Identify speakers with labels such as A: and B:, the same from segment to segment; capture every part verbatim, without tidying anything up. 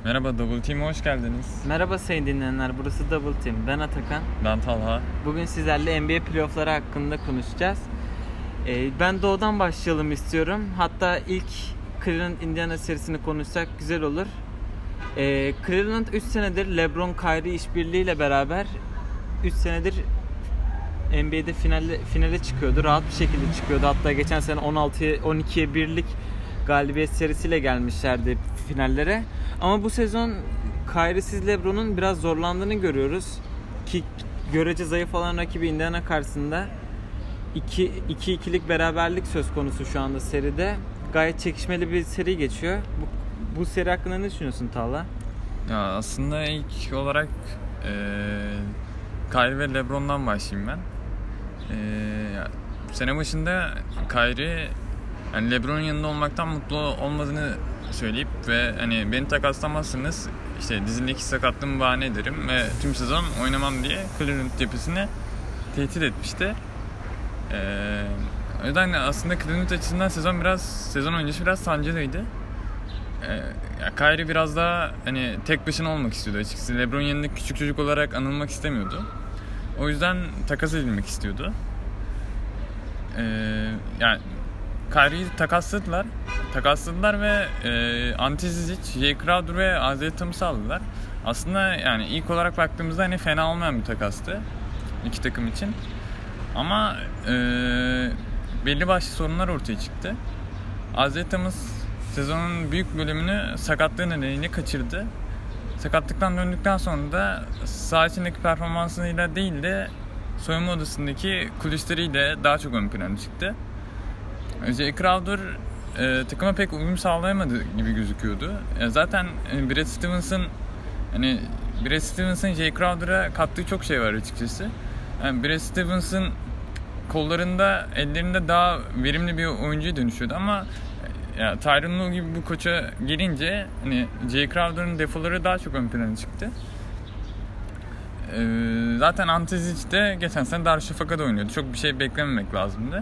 A: Merhaba Double Team'e hoş geldiniz.
B: Merhaba sayın dinleyenler, burası Double Team. Ben Atakan.
A: Ben Talha.
B: Bugün sizlerle N B A playoffları hakkında konuşacağız. Ee, ben doğudan başlayalım istiyorum. Hatta ilk Cleveland Indiana serisini konuşsak güzel olur. Ee, Cleveland üç senedir LeBron Kyrie işbirliğiyle beraber üç senedir N B A'de finale, finale çıkıyordu. Rahat bir şekilde çıkıyordu. Hatta geçen sene on altıya on ikiye birlik galibiyet serisiyle gelmişlerdi finallere. Ama bu sezon Kyrie'siz LeBron'un biraz zorlandığını görüyoruz. Ki görece zayıf olan rakibi Indiana karşısında iki ikilik beraberlik söz konusu şu anda seride. Gayet çekişmeli bir seri geçiyor. Bu, bu seri hakkında ne düşünüyorsun Talha?
A: Ya aslında ilk olarak e, Kyrie ve LeBron'dan başlayayım ben. E, sene başında Kyrie yani LeBron'un yanında olmaktan mutlu olmadığını söyleyip ve hani beni takaslamazsınız işte dizindeki sakatlığımı bahane ederim ve tüm sezon oynamam diye Cleveland cephesini tehdit etmişti. Ee, o yüzden aslında Cleveland açısından sezon biraz sezon öncesi biraz sancılıydı. Ee, ya Kyrie biraz daha hani tek başına olmak istiyordu açıkçası. LeBron yanında küçük çocuk olarak anılmak istemiyordu. O yüzden takas edilmek istiyordu. Ee, yani Kyrie'yi takasladılar. Takasladılar ve e, Ante Zizic, Jay Crowder ve Isaiah Thomas'ı aldılar. Aslında yani ilk olarak baktığımızda hani fena olmayan bir takastı iki takım için. Ama e, belli başlı sorunlar ortaya çıktı. Isaiah Thomas sezonun büyük bölümünü sakatlığı nedeniyle kaçırdı. Sakatlıktan döndükten sonra da saha içindeki performansıyla değil de soyunma odasındaki kulisleriyle daha çok ön plana çıktı. Jay Crowder e, takıma pek uyum sağlayamadı gibi gözüküyordu. E, zaten e, Brad Stevens'ın hani Brad Stevens'ın Jay Crowder'a kattığı çok şey var açıkçası. Yani Brad Stevens'ın kollarında, ellerinde daha verimli bir oyuncuya dönüşüyordu ama ya Tyronn Lue gibi bir koça gelince hani Jay Crowder'ın defoları daha çok ön plana çıktı. E, zaten Ante Zizic de geçen sene Darüşşafaka'da oynuyordu. Çok bir şey beklememek lazımdı.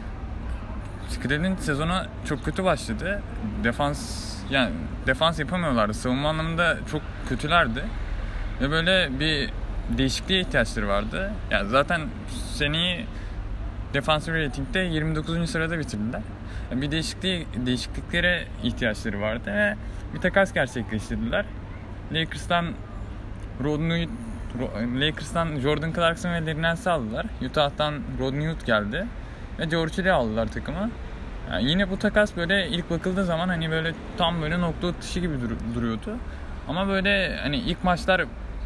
A: Cleveland sezona çok kötü başladı. Defans yani defans yapamıyorlardı. Savunma anlamında çok kötülerdi. Ve böyle bir değişikliğe ihtiyaçları vardı. Yani zaten seneyi defensive rating'de yirmi dokuzuncu sırada bitirdiler. Yani bir değişikliğe değişikliklere ihtiyaçları vardı ve bir takas gerçekleştirdiler. Lakers'tan Rodney Lakers'tan Jordan Clarkson ve Larry Nance'i aldılar. Utah'tan Rodney Hood geldi. Ve George Hill'i aldılar takıma. Yani yine bu takas böyle ilk bakıldığı zaman hani böyle tam böyle nokta atışı gibi dur- duruyordu. Ama böyle hani ilk maçlar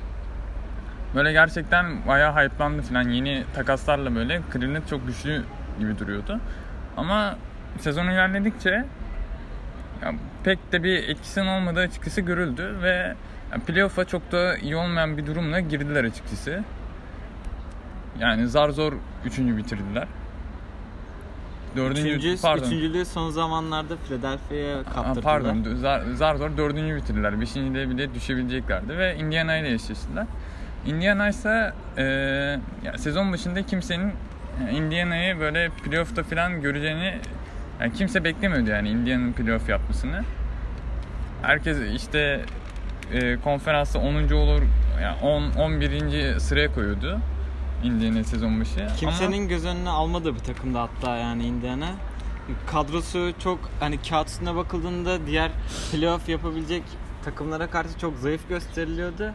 A: böyle gerçekten bayağı hype'landı falan. Yeni takaslarla böyle Cleveland çok güçlü gibi duruyordu. Ama sezon ilerledikçe ya pek de bir etkisinin olmadığı açıkçası görüldü ve yani playoff'a çok da iyi olmayan bir durumla girdiler açıkçası. Yani zar zor üçüncü bitirdiler.
B: Dördüncü, Üçüncü, pardon. Üçüncülüğü son zamanlarda Philadelphia'ya kaptırdılar.
A: Pardon, zar, zar zor dördüncü bitirdiler. Beşinciliğe bile düşebileceklerdi ve Indiana ile eşleştiler. Indiana ise e, ya sezon başında kimsenin Indiana'yı böyle playoff'ta falan göreceğini yani kimse beklemiyordu yani Indiana'nın playoff yapmasını. Herkes işte e, konferansta onuncu olur, yani on on birinci sıraya koyuyordu. Indiana sezon başı.
B: Kimsenin
A: ama
B: göz önüne almadığı bir takımdı hatta yani Indiana. Kadrosu çok hani kağıt üstüne bakıldığında diğer playoff yapabilecek takımlara karşı çok zayıf gösteriliyordu.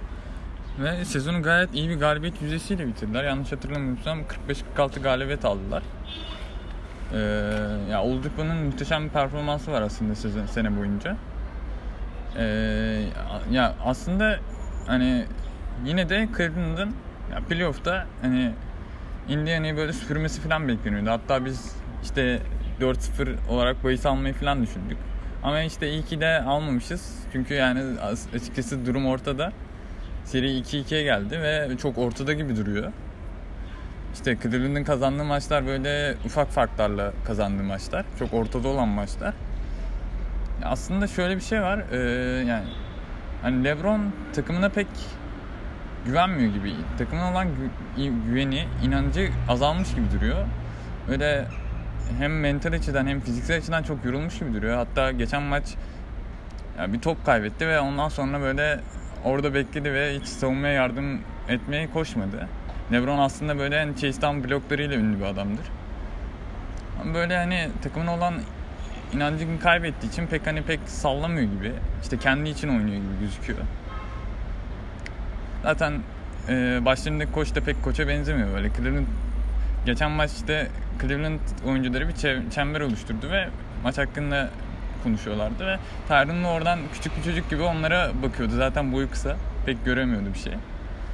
A: Ve sezonu gayet iyi bir galibiyet yüzdesiyle bitirdiler. Yanlış hatırlamıyorsam kırk beş kırk altı galibiyet aldılar. Ee, ya Oladipo'nun muhteşem bir performansı var aslında sezon sene boyunca. Ee, ya aslında hani yine de Cleveland'ın ya playoff'ta hani Indiana'yı böyle süpürmesi falan bekleniyordu. Hatta biz işte dört sıfır olarak bahis almayı falan düşündük. Ama işte iyi ki de almamışız. Çünkü yani açıkçası durum ortada. Seri iki ikiye geldi ve çok ortada gibi duruyor. İşte Cleveland'ın kazandığı maçlar böyle ufak farklarla kazandığı maçlar. Çok ortada olan maçlar. Aslında şöyle bir şey var. Ee, yani hani LeBron takımına pek güvenmiyor gibi. Takımına olan gü- güveni, inancı azalmış gibi duruyor. Böyle hem mental açıdan hem fiziksel açıdan çok yorulmuş gibi duruyor. Hatta geçen maç Yani bir top kaybetti ve ondan sonra böyle orada bekledi ve hiç savunmaya yardım etmeye koşmadı. LeBron aslında böyle hani chase down bloklarıyla ünlü bir adamdır. Ama böyle hani takımın olan inancını kaybettiği için pek hani pek sallamıyor gibi. İşte kendi için oynuyor gibi gözüküyor. Zaten e, başlarındaki koç da pek koça benzemiyor böyle. Cleveland geçen maçta Cleveland oyuncuları bir çember oluşturdu ve maç hakkında konuşuyorlardı ve Tyronn oradan küçük bir çocuk gibi onlara bakıyordu. Zaten boyu kısa. Pek göremiyordu bir şey.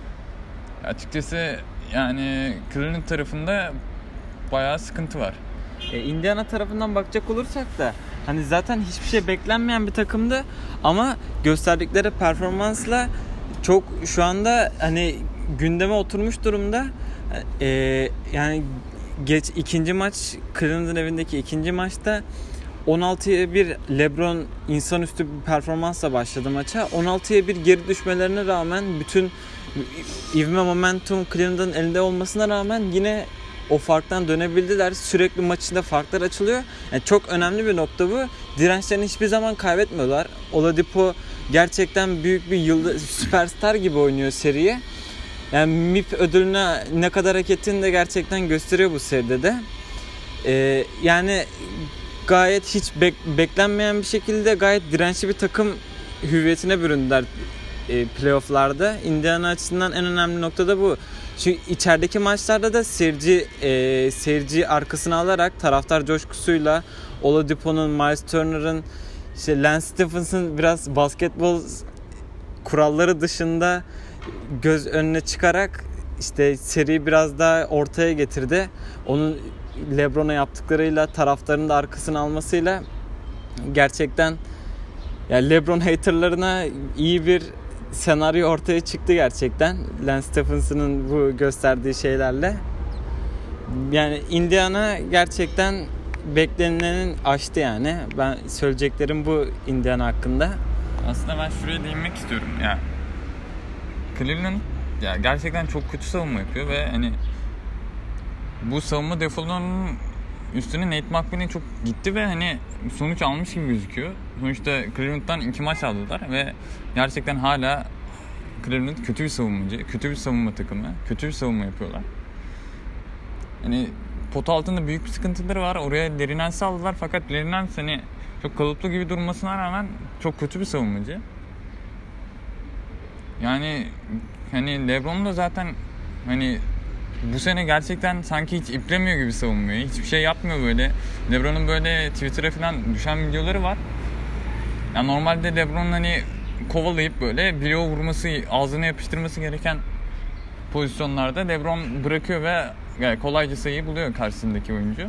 A: Açıkçası yani Cleveland tarafında bayağı sıkıntı var.
B: E, Indiana tarafından bakacak olursak da hani zaten hiçbir şey beklenmeyen bir takımdı ama gösterdikleri performansla çok şu anda hani gündeme oturmuş durumda. E, yani geç ikinci maç Cleveland'ın evindeki ikinci maçta on altıya bir LeBron insanüstü bir performansla başladı maça. on altıya bir geri düşmelerine rağmen bütün ivme momentum Cleveland'ın elinde olmasına rağmen yine o farktan dönebildiler. Sürekli maçında farklar açılıyor. Yani çok önemli bir nokta bu. Dirençlerini hiçbir zaman kaybetmiyorlar. Oladipo gerçekten büyük bir yıldız, süperstar gibi oynuyor seriye. Yani M I P ödülüne ne kadar hak ettiğini de gerçekten gösteriyor bu seride de. Ee, yani gayet hiç bek- beklenmeyen bir şekilde gayet dirençli bir takım hüviyetine büründüler e, playoff'larda. Indiana açısından en önemli nokta da bu. Şu içerideki maçlarda da seyirci e, seyirci arkasına alarak taraftar coşkusuyla Oladipo'nun, Miles Turner'ın, işte Lance Stephens'ın biraz basketbol kuralları dışında göz önüne çıkarak işte seriyi biraz daha ortaya getirdi. Onun LeBron'a yaptıklarıyla taraftarın da arkasına almasıyla gerçekten yani LeBron haterlarına iyi bir senaryo ortaya çıktı gerçekten. Lance Stephenson'ın bu gösterdiği şeylerle. Yani Indiana gerçekten beklenenin aştı yani. Ben söyleyeceklerim bu Indiana hakkında.
A: Aslında ben şuraya değinmek istiyorum. Ya Cleveland ya gerçekten çok kötü savunma yapıyor ve hani bu savunma defolarının üstüne Nate McMillan çok gitti ve hani sonuç almış gibi gözüküyor. Sonuçta Cleveland'dan iki maç aldılar ve gerçekten hala Cleveland kötü bir savunmacı, kötü bir savunma takımı, kötü bir savunma yapıyorlar. Hani pot altında büyük bir sıkıntıları var. Oraya Larry Nance'i aldılar fakat Larry Nance hani çok kalıplı gibi durmasına rağmen çok kötü bir savunmacı. Yani hani LeBron da zaten hani bu sene gerçekten sanki hiç iplemiyor gibi savunmuyor. Hiçbir şey yapmıyor böyle. LeBron'un böyle Twitter'a falan düşen videoları var. Yani normalde LeBron'un hani kovalayıp böyle bloğa vurması, ağzına yapıştırması gereken pozisyonlarda LeBron bırakıyor ve yani kolayca sayıyı buluyor karşısındaki oyuncu.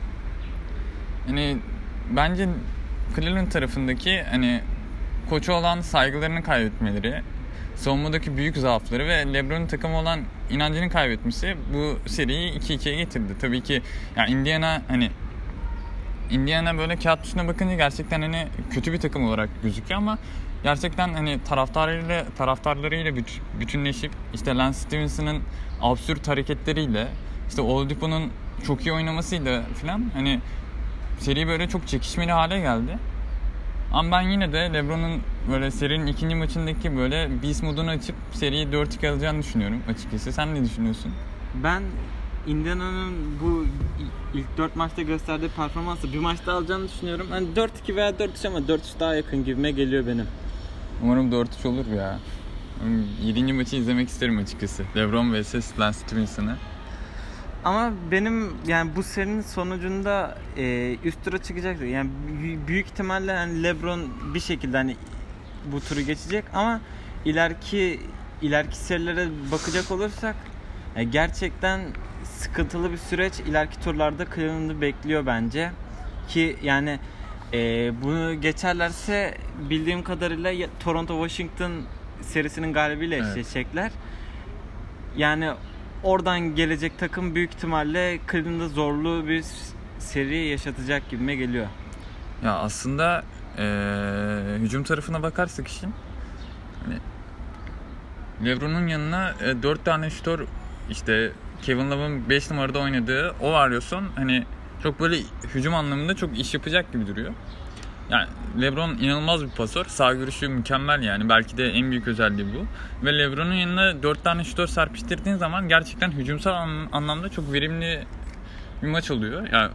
A: Hani bence Cleveland tarafındaki hani koça olan saygılarını kaybetmeleri, savunmadaki büyük zaafları ve LeBron'un takımı olan inancını kaybetmesi bu seriyi iki ikiye getirdi. Tabii ki yani Indiana hani Indiana böyle kağıt üstüne bakınca gerçekten hani kötü bir takım olarak gözüküyor ama gerçekten hani taraftarlarıyla taraftarlarıyla bütünleşip işte Lance Stephenson'ın absürt hareketleriyle işte Oladipo'nun çok iyi oynamasıyla falan hani seri böyle çok çekişmeli hale geldi. Ama ben yine de LeBron'un böyle serinin ikinci maçındaki böyle beast modunu açıp seriyi dört iki alacağını düşünüyorum açıkçası. Sen ne düşünüyorsun?
B: Ben Indiana'nın bu ilk dört maçta gösterdiği performansı bir maçta alacağını düşünüyorum. Hani dört iki veya dört üç ama dört üç daha yakın gibime geliyor benim.
A: Umarım dört üç olur ya. yedinci maçı izlemek isterim açıkçası. LeBron vs Lance Stephenson'ı.
B: Ama benim yani bu serinin sonucunda e, üst tura çıkacaktır. Yani büyük ihtimalle yani LeBron bir şekilde hani bu turu geçecek ama ileriki ileriki serilere bakacak olursak yani gerçekten sıkıntılı bir süreç ileriki turlarda Cleveland'ı bekliyor bence. Ki yani e, bunu geçerlerse bildiğim kadarıyla Toronto Washington serisinin galibiyle eşleşecekler. Evet. Yani oradan gelecek takım büyük ihtimalle Cleveland'da zorlu bir seri yaşatacak gibime geliyor.
A: Ya aslında ee, hücum tarafına bakarsak işin hani LeBron'un yanına e, dört tane şutör işte Kevin Love'ın beş numarada oynadığı o varıyorsun hani çok böyle hücum anlamında çok iş yapacak gibi duruyor. Yani LeBron inanılmaz bir pasör. Sağ görüşü mükemmel yani. Belki de en büyük özelliği bu. Ve LeBron'un yanına dört tane şutör serpiştirdiğin zaman gerçekten hücumsal anlamda çok verimli bir maç oluyor. Yani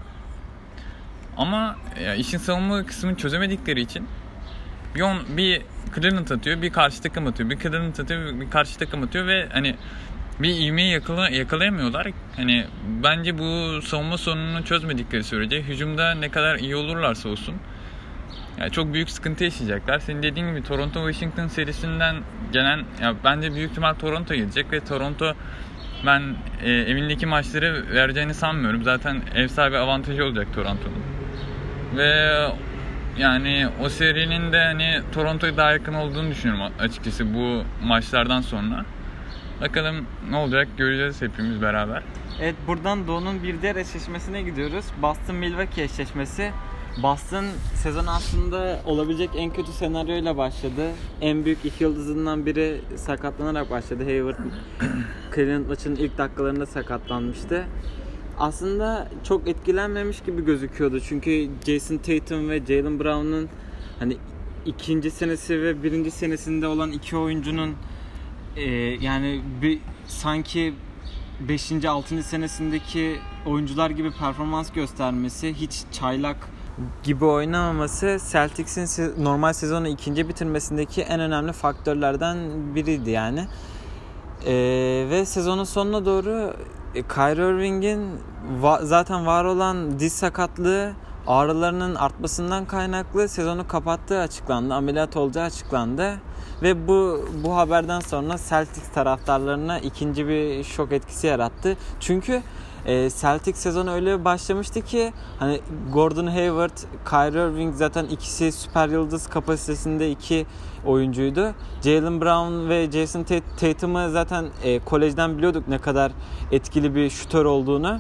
A: ama ya işin savunma kısmını çözemedikleri için bir, on, bir Cleveland atıyor, bir karşı takım atıyor, bir Cleveland atıyor, bir karşı takım atıyor ve hani bir ivmeyi yakala, yakalayamıyorlar. Hani bence bu savunma sorununu çözmedikleri sürece hücumda ne kadar iyi olurlarsa olsun yani çok büyük sıkıntı yaşayacaklar. Senin dediğin gibi Toronto-Washington serisinden gelen ya bence büyük ihtimal Toronto gelecek ve Toronto ben e, evindeki maçları vereceğini sanmıyorum. Zaten ev sahibi avantajı olacak Toronto'nun. Ve yani o serinin de hani Toronto'ya daha yakın olduğunu düşünüyorum açıkçası bu maçlardan sonra. Bakalım ne olacak göreceğiz hepimiz beraber.
B: Evet, buradan Doğu'nun bir diğer eşleşmesine gidiyoruz. Boston-Milwaukee eşleşmesi. Boston sezon aslında olabilecek en kötü senaryoyla başladı. En büyük iki yıldızından biri sakatlanarak başladı. Hayward Cleveland maçının ilk dakikalarında sakatlanmıştı. Aslında çok etkilenmemiş gibi gözüküyordu. Çünkü Jason Tatum ve Jaylen Brown'un hani ikinci senesi ve birinci senesinde olan iki oyuncunun e, yani bir sanki beşinci altıncı senesindeki oyuncular gibi performans göstermesi, hiç çaylak gibi oynamaması Celtics'in normal sezonu ikinci bitirmesindeki en önemli faktörlerden biriydi yani. Ee, ve sezonun sonuna doğru e, Kyrie Irving'in va- zaten var olan diz sakatlığı ağrılarının artmasından kaynaklı sezonu kapattığı açıklandı. Ameliyat olacağı açıklandı. Ve bu bu haberden sonra Celtics taraftarlarına ikinci bir şok etkisi yarattı. Çünkü e, Celtics sezonu öyle başlamıştı ki hani Gordon Hayward, Kyrie Irving zaten ikisi süper yıldız kapasitesinde iki oyuncuydu. Jaylen Brown ve Jason Tatum'u zaten e, kolejden biliyorduk ne kadar etkili bir şutör olduğunu.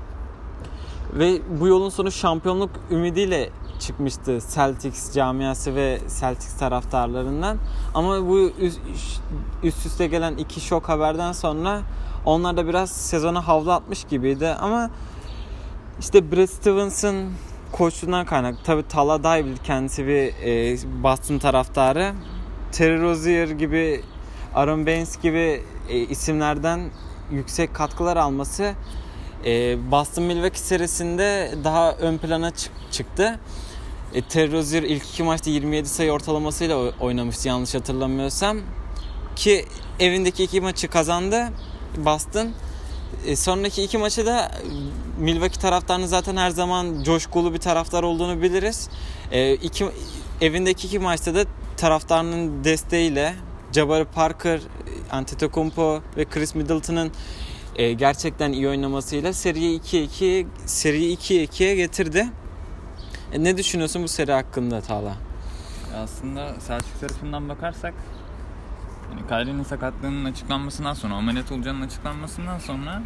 B: Ve bu yolun sonu şampiyonluk ümidiyle çıkmıştı Celtics camiası ve Celtics taraftarlarından. Ama bu üst, üst üste gelen iki şok haberden sonra onlar da biraz sezona havlu atmış gibiydi. Ama işte Brad Stevens'ın koçluğundan kaynaklı. Tabii Tala Dayvil kendisi bir e, Boston taraftarı. Terry Rozier gibi, Aaron Baines gibi e, isimlerden yüksek katkılar alması e, Boston Milwaukee serisinde daha ön plana çık- çıktı. E, Terry Rozier ilk iki maçta yirmi yedi sayı ortalamasıyla oynamıştı yanlış hatırlamıyorsam. Ki evindeki iki maçı kazandı Boston. E, sonraki iki maçı da Milwaukee taraftarının zaten her zaman coşkulu bir taraftar olduğunu biliriz. E, iki, evindeki iki maçta da taraftarının desteğiyle Jabari Parker, Antetokounmpo ve Chris Middleton'ın e, gerçekten iyi oynamasıyla seriyi iki iki seriyi iki ikiye getirdi. E, ne düşünüyorsun bu seri hakkında Tala?
A: Aslında Selçuk tarafından bakarsak yani Kyrie'nin sakatlığının açıklanmasından sonra, ameliyat olacağının açıklanmasından sonra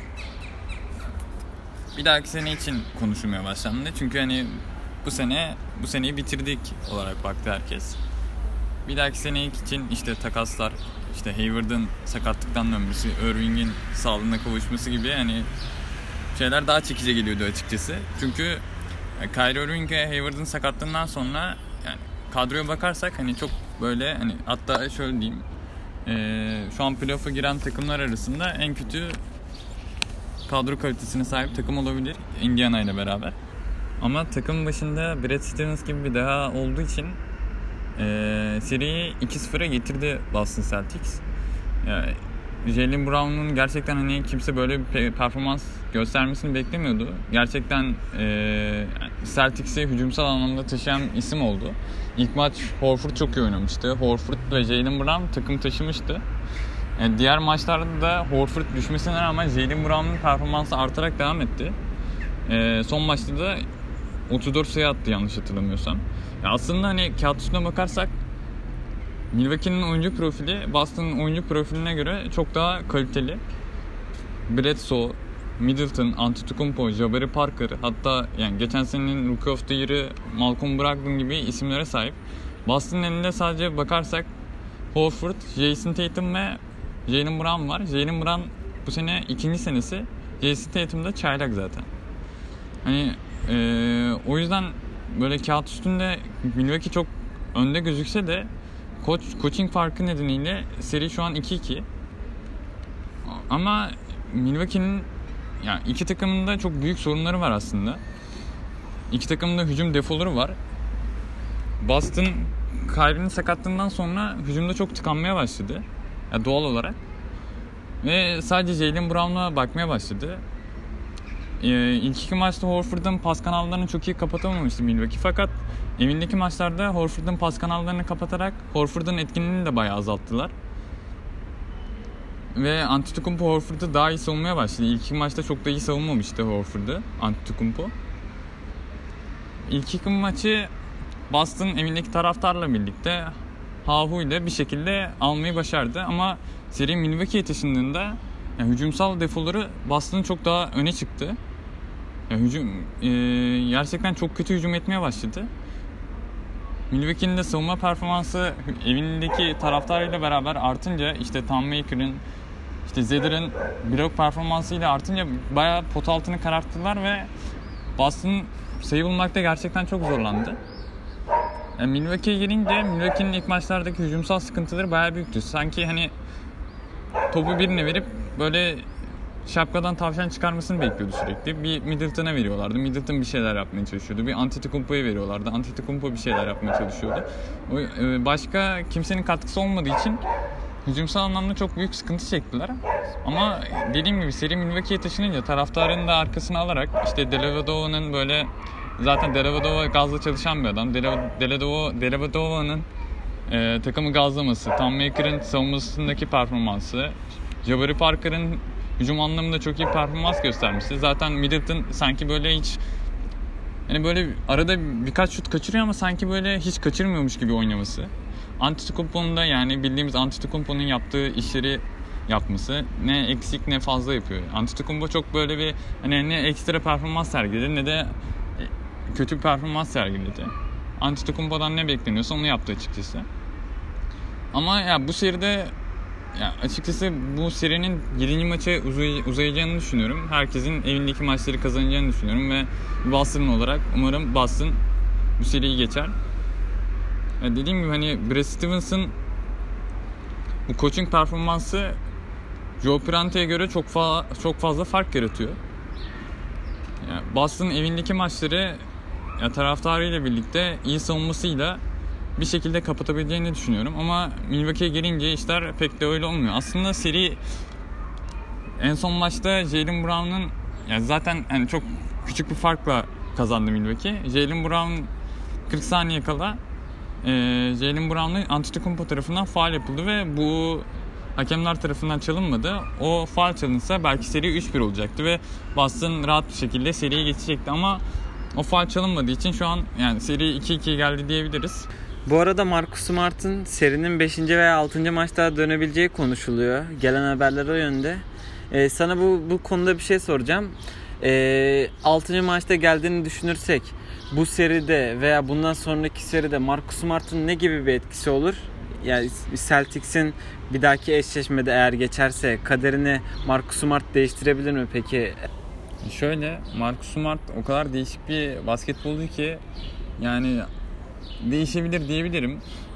A: bir dahaki sene için konuşulmaya başlandı. Çünkü hani bu sene bu seneyi bitirdik olarak baktı herkes. Bir dahaki sene için işte takaslar, işte Hayward'ın sakatlıktan dönmesi, Irving'in sağlığına kavuşması gibi hani şeyler daha çekici geliyordu açıkçası. Çünkü Kyrie Irving ve Hayward'ın sakatlığından sonra yani kadroya bakarsak hani çok böyle hani hatta şöyle diyeyim e, şu an playoff'a giren takımlar arasında en kötü kadro kalitesine sahip takım olabilir Indiana ile beraber. Ama takım başında Brad Stevens gibi bir daha olduğu için e, seriyi iki sıfıra getirdi Boston Celtics. Yani Jaylen Brown'un gerçekten hani kimse böyle bir performans göstermesini beklemiyordu. Gerçekten e, Celtics'i hücumsal anlamda taşıyan isim oldu. İlk maç Horford çok iyi oynamıştı. Horford ve Jaylen Brown takım taşımıştı. Yani diğer maçlarda da Horford düşmesine rağmen Jaylen Brown'un performansı artarak devam etti. E, son maçta da otuz dört sayı attı yanlış hatırlamıyorsam. Ya aslında hani kağıt üstüne bakarsak Milwaukee'nin oyuncu profili Boston'ın oyuncu profiline göre çok daha kaliteli. Bledsoe, Middleton, Antetokounmpo, Jabari Parker, hatta yani geçen senenin Rookie of the Year'ı Malcolm Brogdon gibi isimlere sahip. Boston'ın elinde sadece bakarsak Horford, Jason Tatum ve Jaylen Brown var. Jaylen Brown bu sene ikinci senesi. Jason Tatum da çaylak zaten. Hani ee, o yüzden böyle kağıt üstünde Milwaukee çok önde gözükse de koç coaching farkı nedeniyle seri şu an iki iki. Ama Milwaukee'nin yani iki takımın da çok büyük sorunları var aslında. İki takımın da hücum defoları var. Boston Kyrie'nin sakatlığından sonra hücumda çok tıkanmaya başladı. Yani doğal olarak. Ve sadece Jaylen Brown'a bakmaya başladı. Ee, ilk iki maçta Horford'un pas kanallarını çok iyi kapatamamıştı Milwaukee. Fakat evindeki maçlarda Horford'un pas kanallarını kapatarak Horford'un etkinliğini de bayağı azalttılar. Ve Antetokounmpo Horford'u daha iyi savunmaya başladı. İlk iki maçta çok da iyi savunmamıştı Horford'u Antetokounmpo. İlk iki maçı Boston evindeki taraftarla birlikte Hahu ile bir şekilde almayı başardı. Ama seri Milwaukee'ye taşındığında yani hücumsal defoları Boston'ın çok daha öne çıktı. Yani hücum e, gerçekten çok kötü hücum etmeye başladı. Milwaukee'nin de savunma performansı evindeki taraftarıyla beraber artınca işte Thon Maker'ın, işte Zeder'in blok performansıyla artınca bayağı pot altını kararttılar ve Boston sayı bulmakta gerçekten çok zorlandı. Yani Milwaukee'ye gelince Milwaukee'nin ilk maçlardaki hücumsal sıkıntıları bayağı büyüktü. Sanki hani topu birine verip böyle şapkadan tavşan çıkarmasını bekliyordu sürekli. Bir Middleton'a veriyorlardı. Middleton bir şeyler yapmaya çalışıyordu. Bir Antetokounmpo'ya veriyorlardı. Antetokounmpo bir şeyler yapmaya çalışıyordu. Başka kimsenin katkısı olmadığı için hücumsal anlamda çok büyük sıkıntı çektiler. Ama dediğim gibi seri Milwaukee'ye taşınınca taraftarın da arkasına alarak işte Dellavedova'nın böyle zaten Dellavedova gazla çalışan bir adam. Dellavedova, Dellavedova'nın e, takımı gazlaması, Thon Maker'ın savunmasındaki performansı, Jabari Parker'ın hücum anlamında çok iyi performans göstermişti. Zaten Middleton sanki böyle hiç hani böyle arada birkaç şut kaçırıyor ama sanki böyle hiç kaçırmıyormuş gibi oynaması. Antetokounmpo'nun da yani bildiğimiz Antetokounmpo'nun yaptığı işleri yapması ne eksik ne fazla yapıyor. Antetokounmpo çok böyle bir hani ne ekstra performans sergiledi ne de kötü bir performans sergiledi. Antetokounmpo'dan ne bekleniyorsa onu yaptı açıkçası. Ama ya bu seride ya açıkçası bu serinin yedinci maça uzay- uzayacağını düşünüyorum. Herkesin evindeki maçları kazanacağını düşünüyorum ve Boston olarak umarım Boston bu seriyi geçer. Ya dediğim gibi hani Brad Stevens'ın bu coaching performansı Joe Prante'ye göre çok fa- çok fazla fark yaratıyor. Ya Boston evindeki maçları ya taraftarıyla birlikte iyi savunmasıyla bir şekilde kapatabileceğini düşünüyorum. Ama Milwaukee'ye gelince işler pek de öyle olmuyor. Aslında seri en son maçta Jaylen Brown'un yani zaten yani çok küçük bir farkla kazandı Milwaukee. Jaylen Brown kırk saniye kala e, Jaylen Brown'un Antetokounmpo tarafından faul yapıldı ve bu hakemler tarafından çalınmadı. O faul çalınsa belki seri üç bir olacaktı ve Boston rahat bir şekilde seriye geçecekti ama o faul çalınmadığı için şu an yani seri iki iki geldi diyebiliriz.
B: Bu arada Marcus Smart'ın serinin beşinci veya altıncı maçta dönebileceği konuşuluyor. Gelen haberler o yönde. Ee, sana bu bu konuda bir şey soracağım. Ee, altıncı maçta geldiğini düşünürsek bu seride veya bundan sonraki seride Marcus Smart'ın ne gibi bir etkisi olur? Yani Celtics'in bir dahaki eşleşmede eğer geçerse kaderini Marcus Smart değiştirebilir mi peki?
A: Şöyle, Marcus Smart o kadar değişik bir basketbolcu ki yani değişebilir diyebilirim.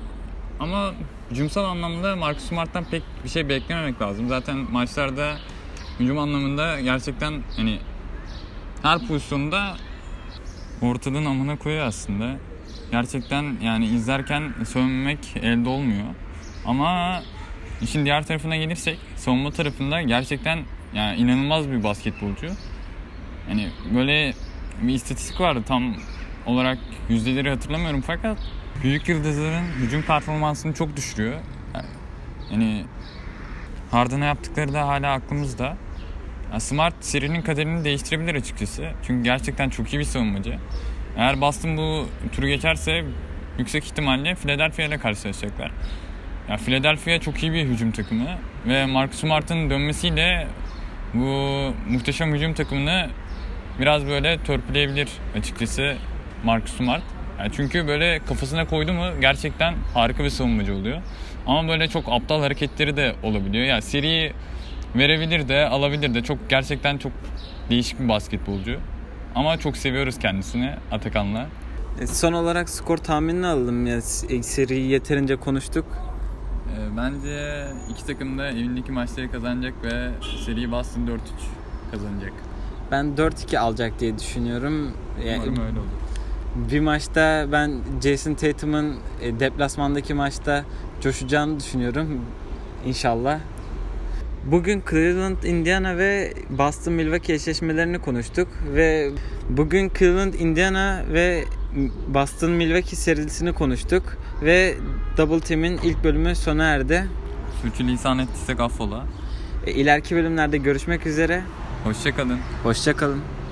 A: Ama hücumsal anlamda Marcus Smart'tan pek bir şey beklememek lazım. Zaten maçlarda hücum anlamında gerçekten hani her pozisyonda ortalığın amına koyuyor aslında. Gerçekten yani izlerken sövmemek elde olmuyor. Ama işin diğer tarafına gelirsek savunma tarafında gerçekten yani inanılmaz bir basketbolcu. Yani böyle bir istatistik vardı, tam olarak yüzdeleri hatırlamıyorum fakat büyük yıldızların hücum performansını çok düşürüyor. Yani Harden'a yaptıkları da hala aklımızda. Yani Smart serinin kaderini değiştirebilir açıkçası. Çünkü gerçekten çok iyi bir savunmacı. Eğer Boston bu turu geçerse yüksek ihtimalle Philadelphia ile karşılaşacaklar. Ya Philadelphia çok iyi bir hücum takımı ve Marcus Smart'ın dönmesiyle bu muhteşem hücum takımını biraz böyle törpüleyebilir açıkçası Marcus Smart. Yani çünkü böyle kafasına koydu mu gerçekten harika bir savunmacı oluyor. Ama böyle çok aptal hareketleri de olabiliyor. Yani seriyi verebilir de alabilir de, çok gerçekten çok değişik bir basketbolcu. Ama çok seviyoruz kendisini, Atakan'la.
B: E, son olarak skor tahminini alalım. Ya, seriyi yeterince konuştuk.
A: E, bence iki takım da evindeki maçları kazanacak ve seriyi Boston dört üç kazanacak.
B: Ben dört iki alacak diye düşünüyorum.
A: Umarım
B: Yani,
A: öyle olur.
B: bir maçta ben Jason Tatum'un e, deplasmandaki maçta coşacağını düşünüyorum. İnşallah. Bugün Cleveland, Indiana ve Boston, Milwaukee eşleşmelerini konuştuk ve bugün Cleveland, Indiana ve Boston, Milwaukee serisini konuştuk ve Double Team'in ilk bölümü sona erdi.
A: Sürçülisan ettiysek affola.
B: E, İleriki bölümlerde görüşmek üzere.
A: Hoşça kalın.
B: Hoşça kalın.